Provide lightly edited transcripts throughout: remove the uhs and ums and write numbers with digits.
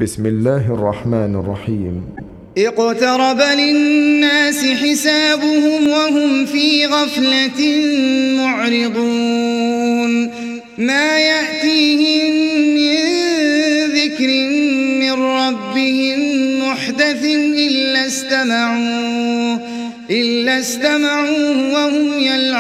بسم الله الرحمن الرحيم. اقترب للناس حسابهم وهم في غفلة معرضون ما يأتيهم من ذكر من ربهم محدث إلا استمعوه وهم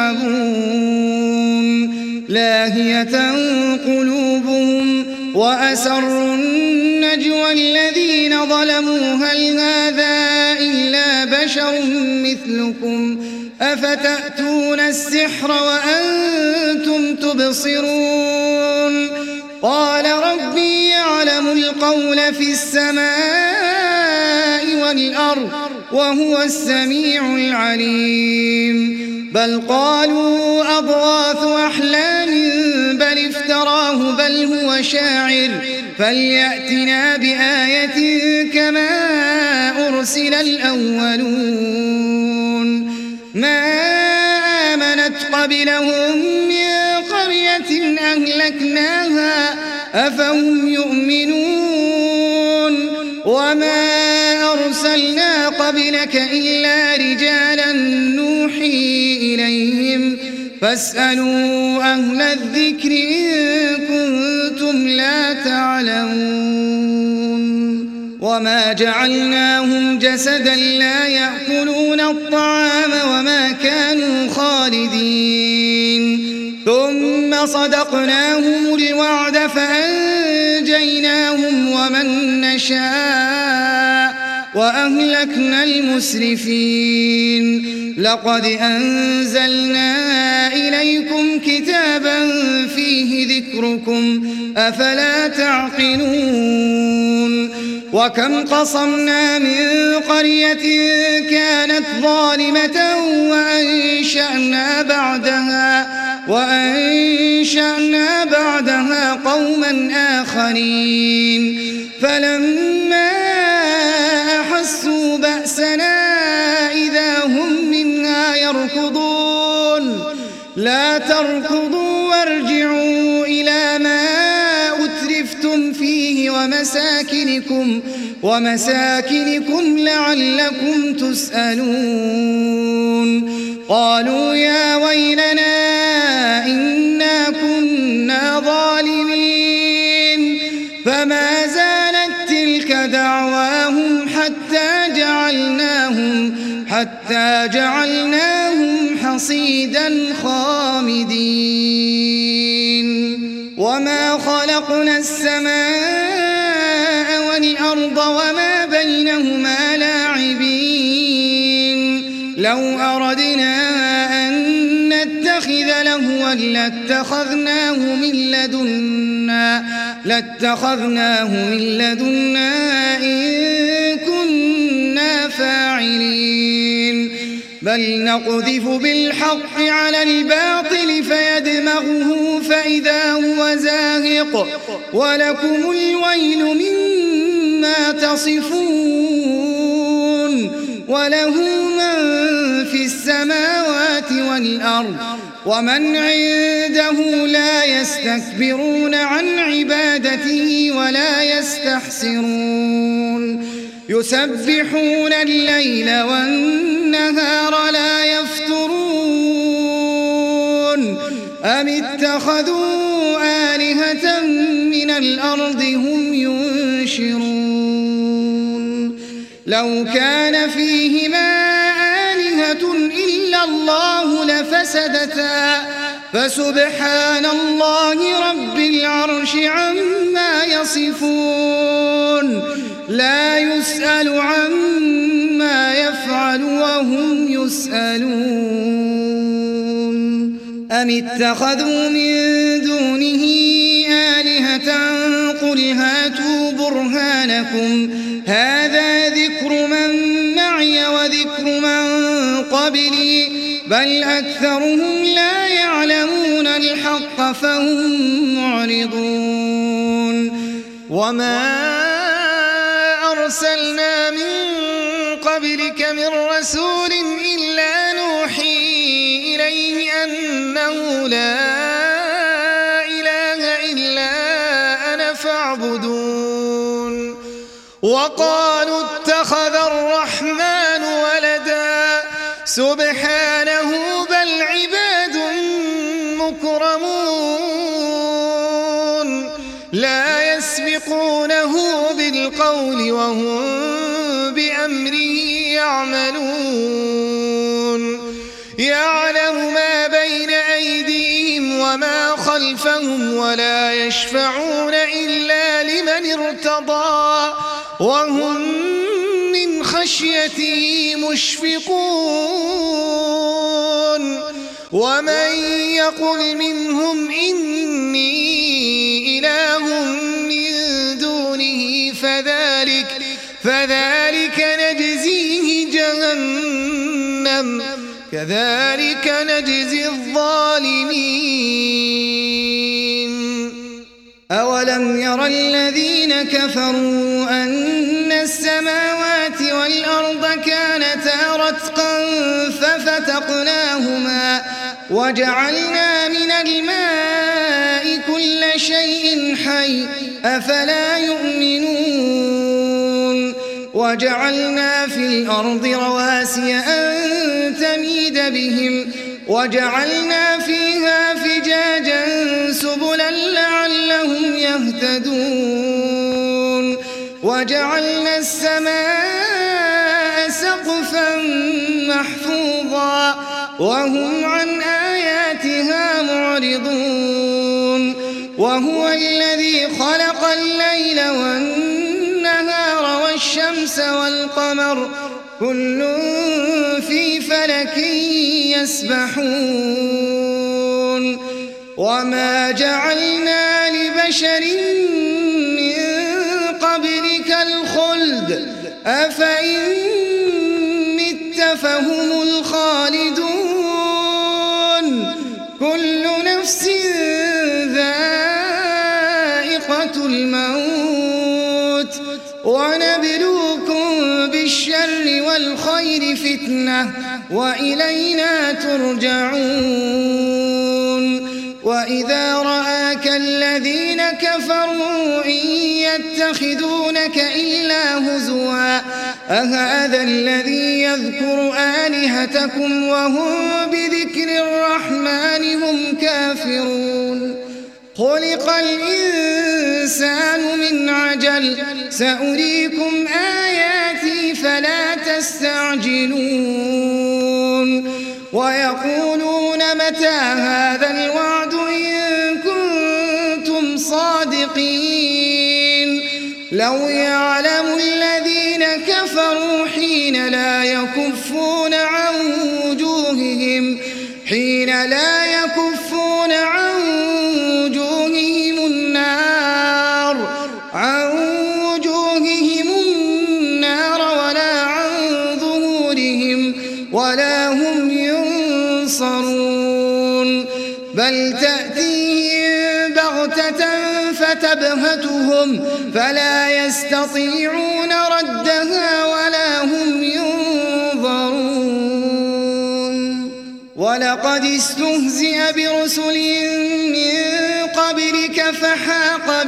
يلعبون لاهية قلوبهم وأسروا النجوى الذين ظلموا هل هذا إلا بشر مثلكم أفتأتون السحر وأنتم تبصرون قال ربي يعلم القول في السماء والأرض وهو السميع العليم بل قالوا أضغاث أحلام بل افتراه بل هو شاعر فليأتنا بآية كما أرسل الأولون ما آمنت قبلهم من قرية أهلكناها أفهم يؤمنون وما أرسلنا قبلك إلا رجالا نوحي إليهم فاسألوا أهل الذكر إن كنتم لا تعلمون وما جعلناهم جسدا لا يأكلون الطعام وما كانوا خالدين ثم صدقناهم الوعد فأنجيناهم ومن نشاء وأهلكنا المسرفين لقد أنزلنا إليكم كتابا فيه ذكركم أفلا تعقلون وكم قصمنا من قرية كانت ظالمة وأنشأنا بعدها قوما آخرين فلما أحسوا بأسنا إذا هم منها يركضون لا تركضوا وارجعوا إلى ما أترفتم فيه ومساكنكم لعلكم تسألون قالوا يا ويلنا إنا كنا ظالمين فما زالت تلك دعواهم حتى جعلناهم حصيدا خامدين وما خلقنا السماء والأرض وما بينهما لاعبين لو أردنا أن نتخذ لهوا لاتخذناه من لدنا إن كنا فاعلين بل نقذف بالحق على الباطل فيدمغه فإذا هو زاهق ولكم الويل مما تصفون وله من في السماوات والأرض ومن عنده لا يستكبرون عن عبادته ولا يستحسرون يسبحون الليل والنهار لا يفترون أم اتخذوا آلهة من الأرض هم ينشرون لو كان فيهما آلهة إلا الله لفسدتا فسبحان الله رب العرش عما يصفون لا يسأل عما يفعل وهم يسألون أم اتخذوا من دونه آلهة قل هاتوا برهانكم هذا ذكر من معي وذكر من قبلي بل أكثرهم لا يعلمون الحق فهم معرضون وما أرسلنا من قبلك من رسول إلا نوحي إليه أنه لا إله إلا أنا فاعبدون وقالوا اتخذ الرحمن ولدا سبحانه بل عباد مكرمون لا يسبقونه بالقول وهم بأمره يعملون يعلم ما بين أيديهم وما خلفهم ولا يشفعون إلا لمن ارتضى وهم من خشيته مشفقون ومن يقل منهم إني إله من دونه فذلك نجزيه جهنم كذلك نجزي الظالمين أولم ير الذين كفروا أن السماوات والأرض كانتا رتقا ففتقناهما وجعلنا من الماء كل شيء حي أفلا يؤمنون وجعلنا في الأرض رواسي أن تميد بهم وجعلنا فيها فجاجا سبلا لعلهم يهتدون وجعلنا السماء سقفا محفوظا وهم عن آياتها معرضون وهو الذي خلق الليل والنهار والشمس والقمر كل في فلك يسبحون وما جعلنا لبشر من قبلك الخلد أفإن مت فهم الخالدون كل نفس ذائقة الموت ونبلوكم بالشر والخير فتنة وإلينا ترجعون وإذا رآك الذين كفروا إن يتخذونك إلا هزوا أهذا الذي يذكر آلهتكم وهم بذكر الرحمن هم كافرون خلق الإنسان من عجل سأريكم آياتي فلا تستعجلون ويقولون متى هذا الوعد إن كنتم صادقين لو يعلم الذين كفروا حين لا يكفون عن وجوههم النار ولا عن ظهورهم ولا هم ينصرون بل تأتيهم بغتة فتبهتهم فلا يستطيعون ردها ولا هم ينظرون ولقد استهزئ برسل من قبلك فحاق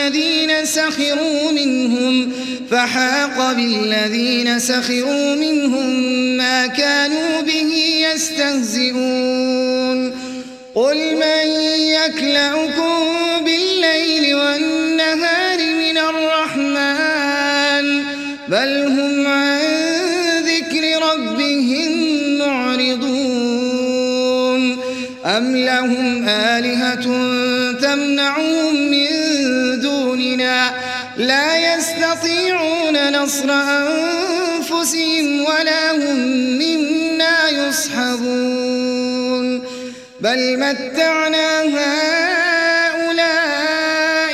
بالذين سخروا منهم ما كانوا به يستهزئون قل من يكلؤكم بالليل والنهار من الرحمن بل هم عن ذكر ربهم معرضون أم لهم آلهة تمنعهم من دوننا لا يستطيعون نصر أنفسهم ولا هم منا يصحبون بل متعنا هؤلاء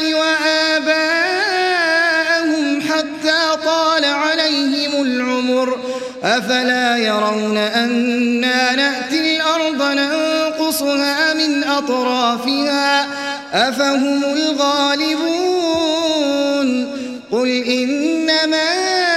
وآباءهم حتى طال عليهم العمر أفلا يرون أنا نأتي الأرض ننقصها من أطرافها أفهم الغالبون قل إنما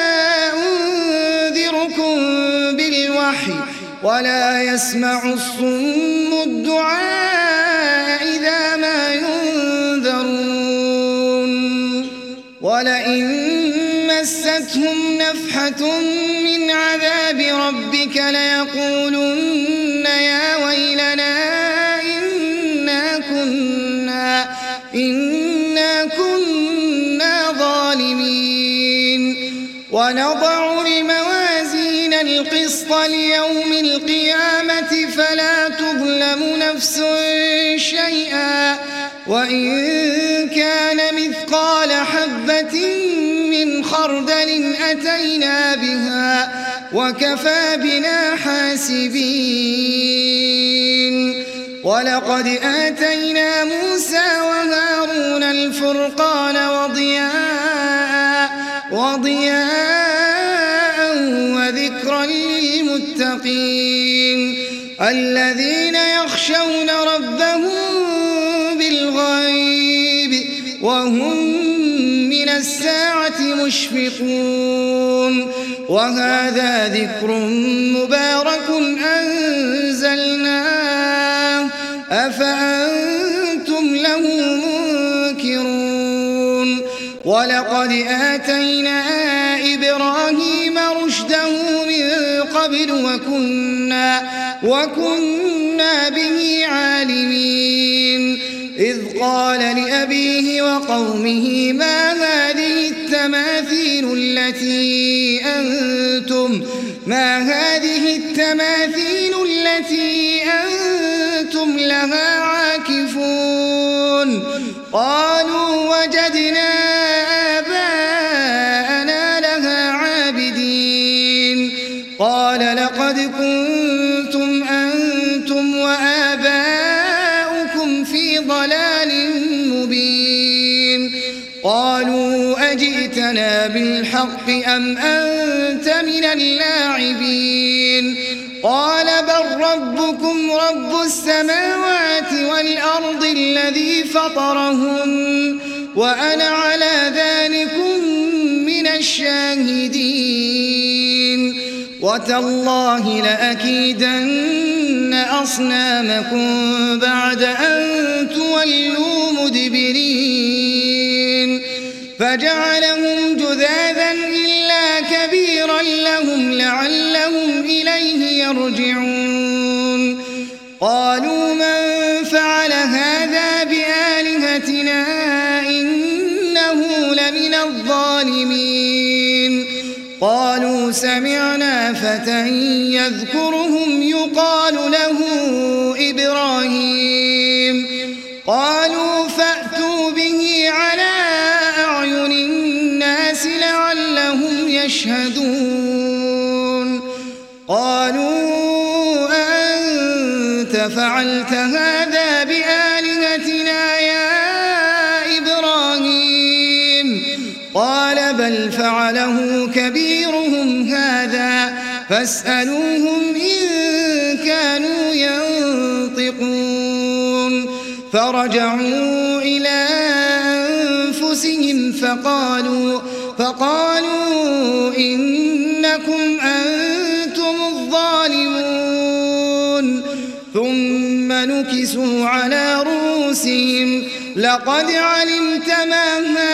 أنذركم بالوحي ولا يسمع الصم الدعاء إذا ما ينذرون ولئن مستهم نفحة من عذاب ربك ليقولن يا ويلنا إنا كنا ظالمين. ونضع الموازين القسط ليوم القيامة فلا تظلم نفس شيئا وإن كان مثقال حبة من خردل أتينا بها وكفى بنا حاسبين. ولقد آتينا موسى وهارون الفرقان وضياء وذكرا للمتقين الذين يخشون ربهم بالغيب وهم من الساعة مشفقون. وهذا ذكر مبارك أنزلناه أفأنتم له منكرون. ولقد آتينا إبراهيم رشده من قبل وكنا به عالمين. إذ قال لأبيه وقومه ما هذه التماثيل التي أنتم لها عاكفون. قالوا وجدنا آباءنا لها عابدين. قال لقد كنتم أنتم وآباؤكم في ضلال مبين. قالوا أجئتنا بالحق أم أنت من اللاعبين. قال بل ربكم رب السماوات والأرض الذي فطرهن وأنا على ذلكم من الشاهدين. وتالله لأكيدن أصنامكم بعد أن تولوا مدبرين. فجعلهم جذاذا إلا كبيرا لهم لعلهم إليه يرجعون. قالوا من فعل هذا بآلهتنا إنه لمن الظالمين. قالوا سمعنا فتى يذكرهم يقال له إبراهيم. قالوا فأتوا به على أعين الناس لعلهم يشهدون. قالوا أأنت فعلت هذا بآلهتنا يا إبراهيم؟ قال بل فعله كبيرهم هذا فاسألوهم إن كانوا ينطقون. فرجعوا إلى أنفسهم فقالوا إنكم أنتم الظالمون. ثم نكسوا على رؤوسهم لقد علمت ما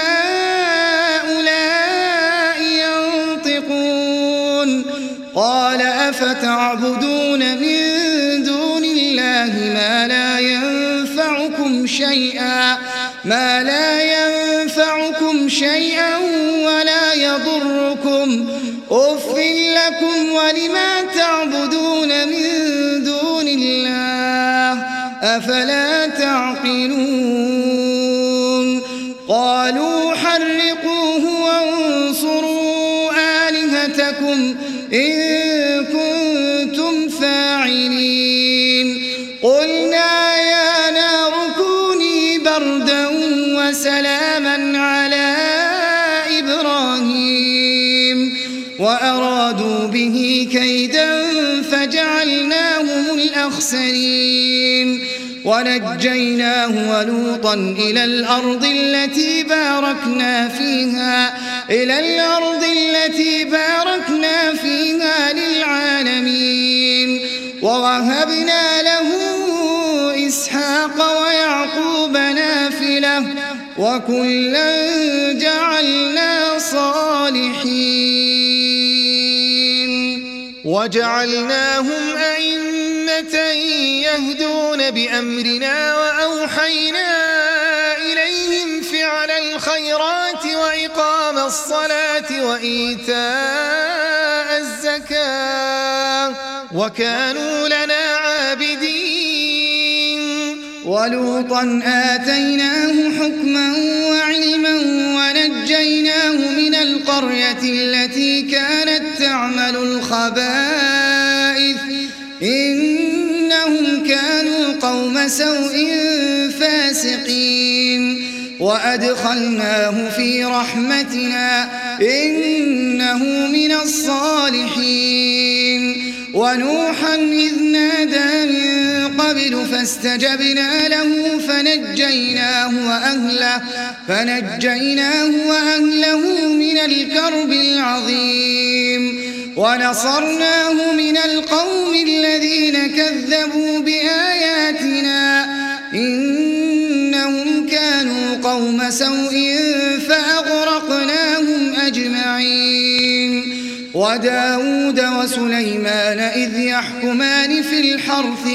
هؤلاء ينطقون. قال أفتعبدون من دون الله ما لا ينفعكم شيئا ولا يضركم أف لكم ولما تعبدون من دون الله أفلا تعقلون. قالوا حرقوه وانصروا آلهتكم إن كنتم فاعلين. قلنا يا نار كوني بردا وسلاما على إبراهيم وأرادوا به كيدا فجعلناهم الأخسرين. ونجيناه ولوطا إلى الأرض التي باركنا فيها للعالمين. ووهبنا له إسحاق ويعقوب نافلة وكلا جعلنا الصالحين وجعلناهم أئمة يهدون بأمرنا وأوحينا إليهم فعل الخيرات وإقام الصلاة وإيتاء الزكاة وكانوا لنا عابدين ولوطا آتيناه حكما وعلما ونجيناه من القرية التي كانت تعمل الخبائث إنهم كانوا قوم سوء فاسقين وأدخلناه في رحمتنا إنه من الصالحين ونوحا إذ نادى من قبل فاستجبنا له فنجيناه وأهله من الكرب العظيم ونصرناه من القوم الذين كذبوا بآياتنا إنهم كانوا قوم سوء فأغرقناهم أجمعين وداود وسليمان إذ يحكمان في الحرث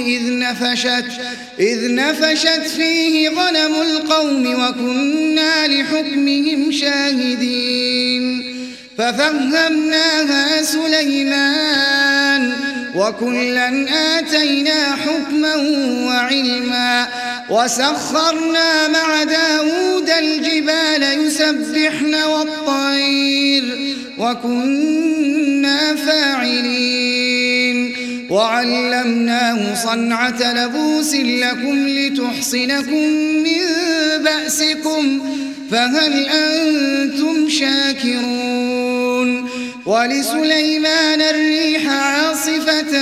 إذ نفشت فيه غنم القوم وكنا لحكمهم شاهدين ففهمناها سليمان وكلا آتينا حكما وعلما وسخرنا مع داود الجبال يسبحن والطير وكنا فاعلين وعلمناه صنعة لبوس لكم لتحصنكم من بأسكم فهل أنتم شاكرون ولسليمان الريح عاصفة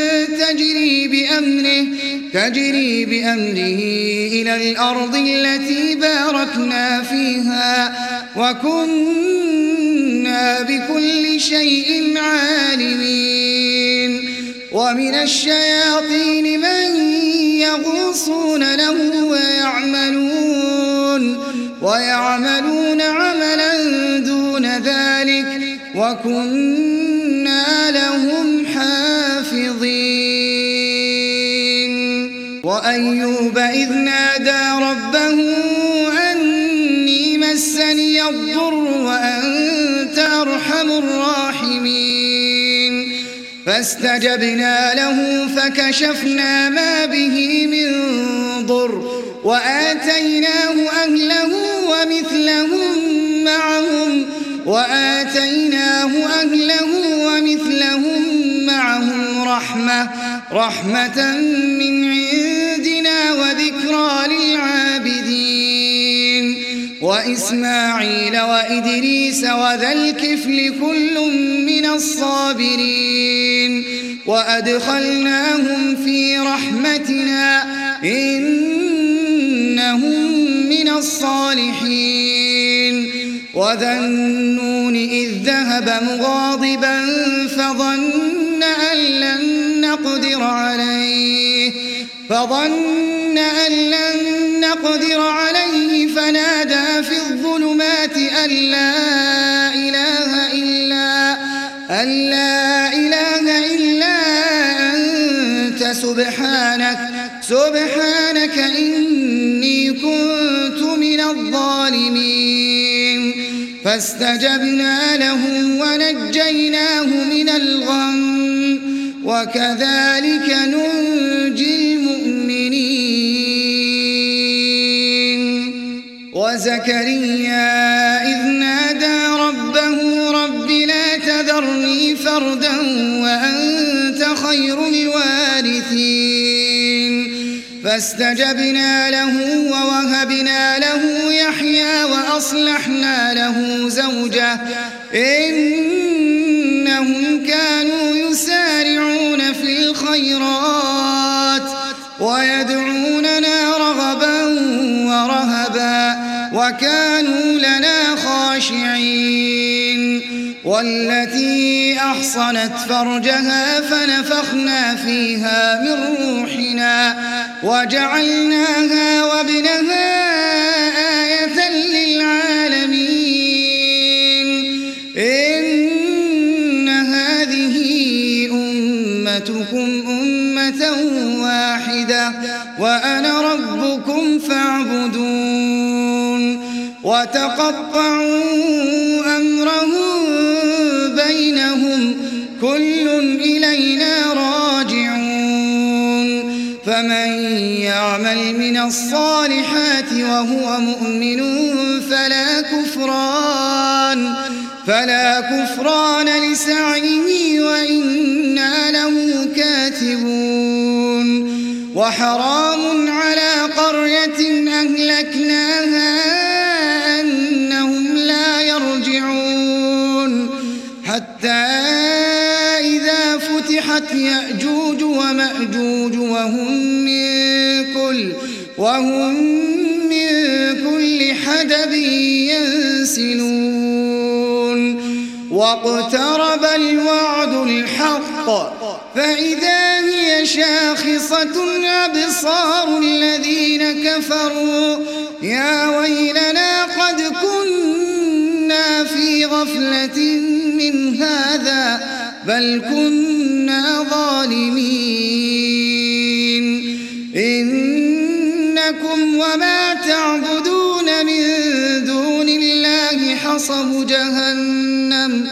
تجري بأمره إلى الأرض التي باركنا فيها وكنا بكل شيء عالمين ومن الشياطين من يغوصون له ويعملون عملا دون ذلك وكنا لهم حافظين وأيوب إذ نادى ربه أني مسني الضر وأنت أرحم الراحمين فاستجبنا له فكشفنا ما به من ضر وآتيناه أهله ومثلهم معهم رحمة من عندنا وذكرى للعابدين وإسماعيل وإدريس وذا الكفل كل من الصابرين وأدخلناهم في رحمتنا إنهم من الصالحين وذا النون إذ ذهب مغاضبا فظن أن لن نقدر عليه فنادى في الظلمات أن لا إله إلا أنت سبحانك إني كنت من الظالمين فاستجبنا له ونجيناه من الغم وكذلك ننجي المؤمنين وزكريا إذ نادى ربه رب لا تذرني فردا وأنت خير الوارثين فاستجبنا له ووهبنا له يحيى وأصلحنا له زوجه إنهم كانوا يسارعون في الخيرات ويدعوننا رغبا ورهبا وكانوا لنا خاشعين والتي أحصنت فرجها فنفخنا فيها من روحنا وجعلناها وابنها آية للعالمين أمتكم أمة واحدة وأنا ربكم فاعبدون وتقطعوا أمرهم بينهم كل إلينا راجعون فمن يعمل من الصالحات وهو مؤمن فلا كفران لسعيه وإنا له كاتبون وحرام على قرية أهلكناها أنهم لا يرجعون حتى إذا فتحت يأجوج ومأجوج وهم من كل حدب ينسلون واقترب الوعد الحق فإذا هي شاخصة أبصار الذين كفروا يا ويلنا قد كنا في غفلة من هذا بل كنا ظالمين إنكم وما تعبدون من دون الله حصب جهنم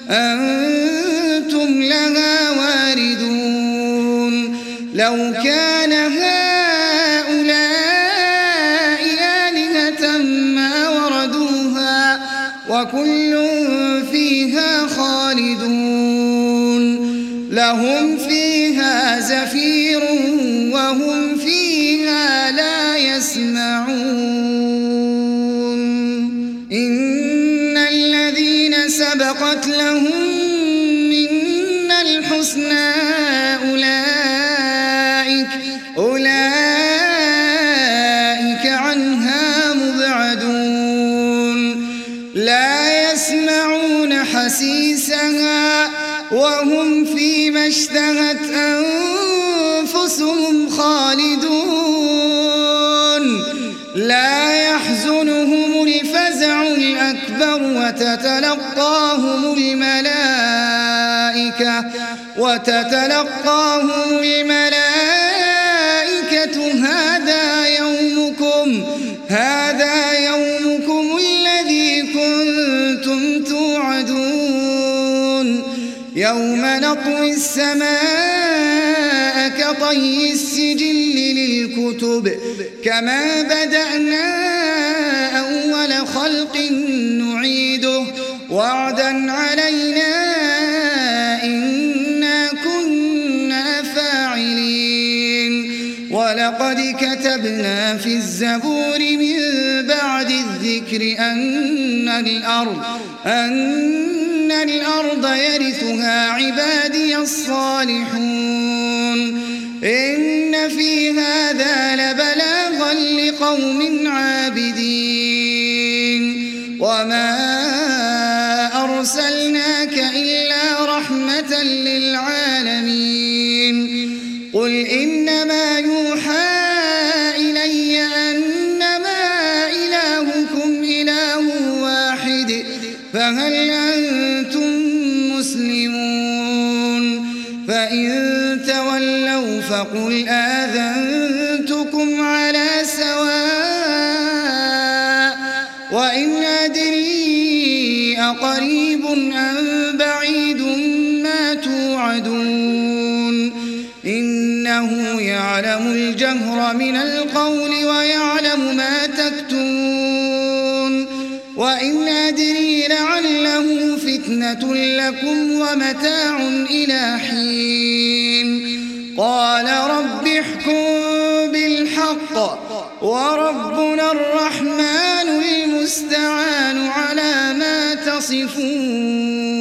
أنتم لها واردون لو كان هؤلاء آلهة ما وردوها وكل فيها خالدون لهم فيها زفير وهم فيها لا يسمعون إن الذين سبقت لهم منا الحسنى أولئك عنها مبعدون لا يسمعون حسيسها وهم فيما اشتهت أنفسهم خالدون لا يحزنهم الفزع الأكبر وتتلقاهم الملائكة هذا يومكم الذي كنتم توعدون يوم نطوي السماء كطي السجل للكتب كما بدأنا أول خلق نعيده وعدا علينا إنا كنا فاعلين ولقد كتبنا في الزبور من بعد الذكر أن الأرض يرثها عبادي الصالحون إن في هذا لبلاغا لقوم عابدين وما أرسلناك إلا رحمة للعالمين قل إنما يوحى إلي أنما إلهكم إله واحد فهل أنتم مسلمون فإن تولوا فقل آذنتكم على سواء وإن أدري أقريب أم بعيد ما توعدون إنه يعلم الجهر من القول ويعلم ما تكتمون وإن أدري لعله فتنة لكم ومتاع إلى حين قال رب احكم بالحق وربنا الرحمن المستعان على ما تصفون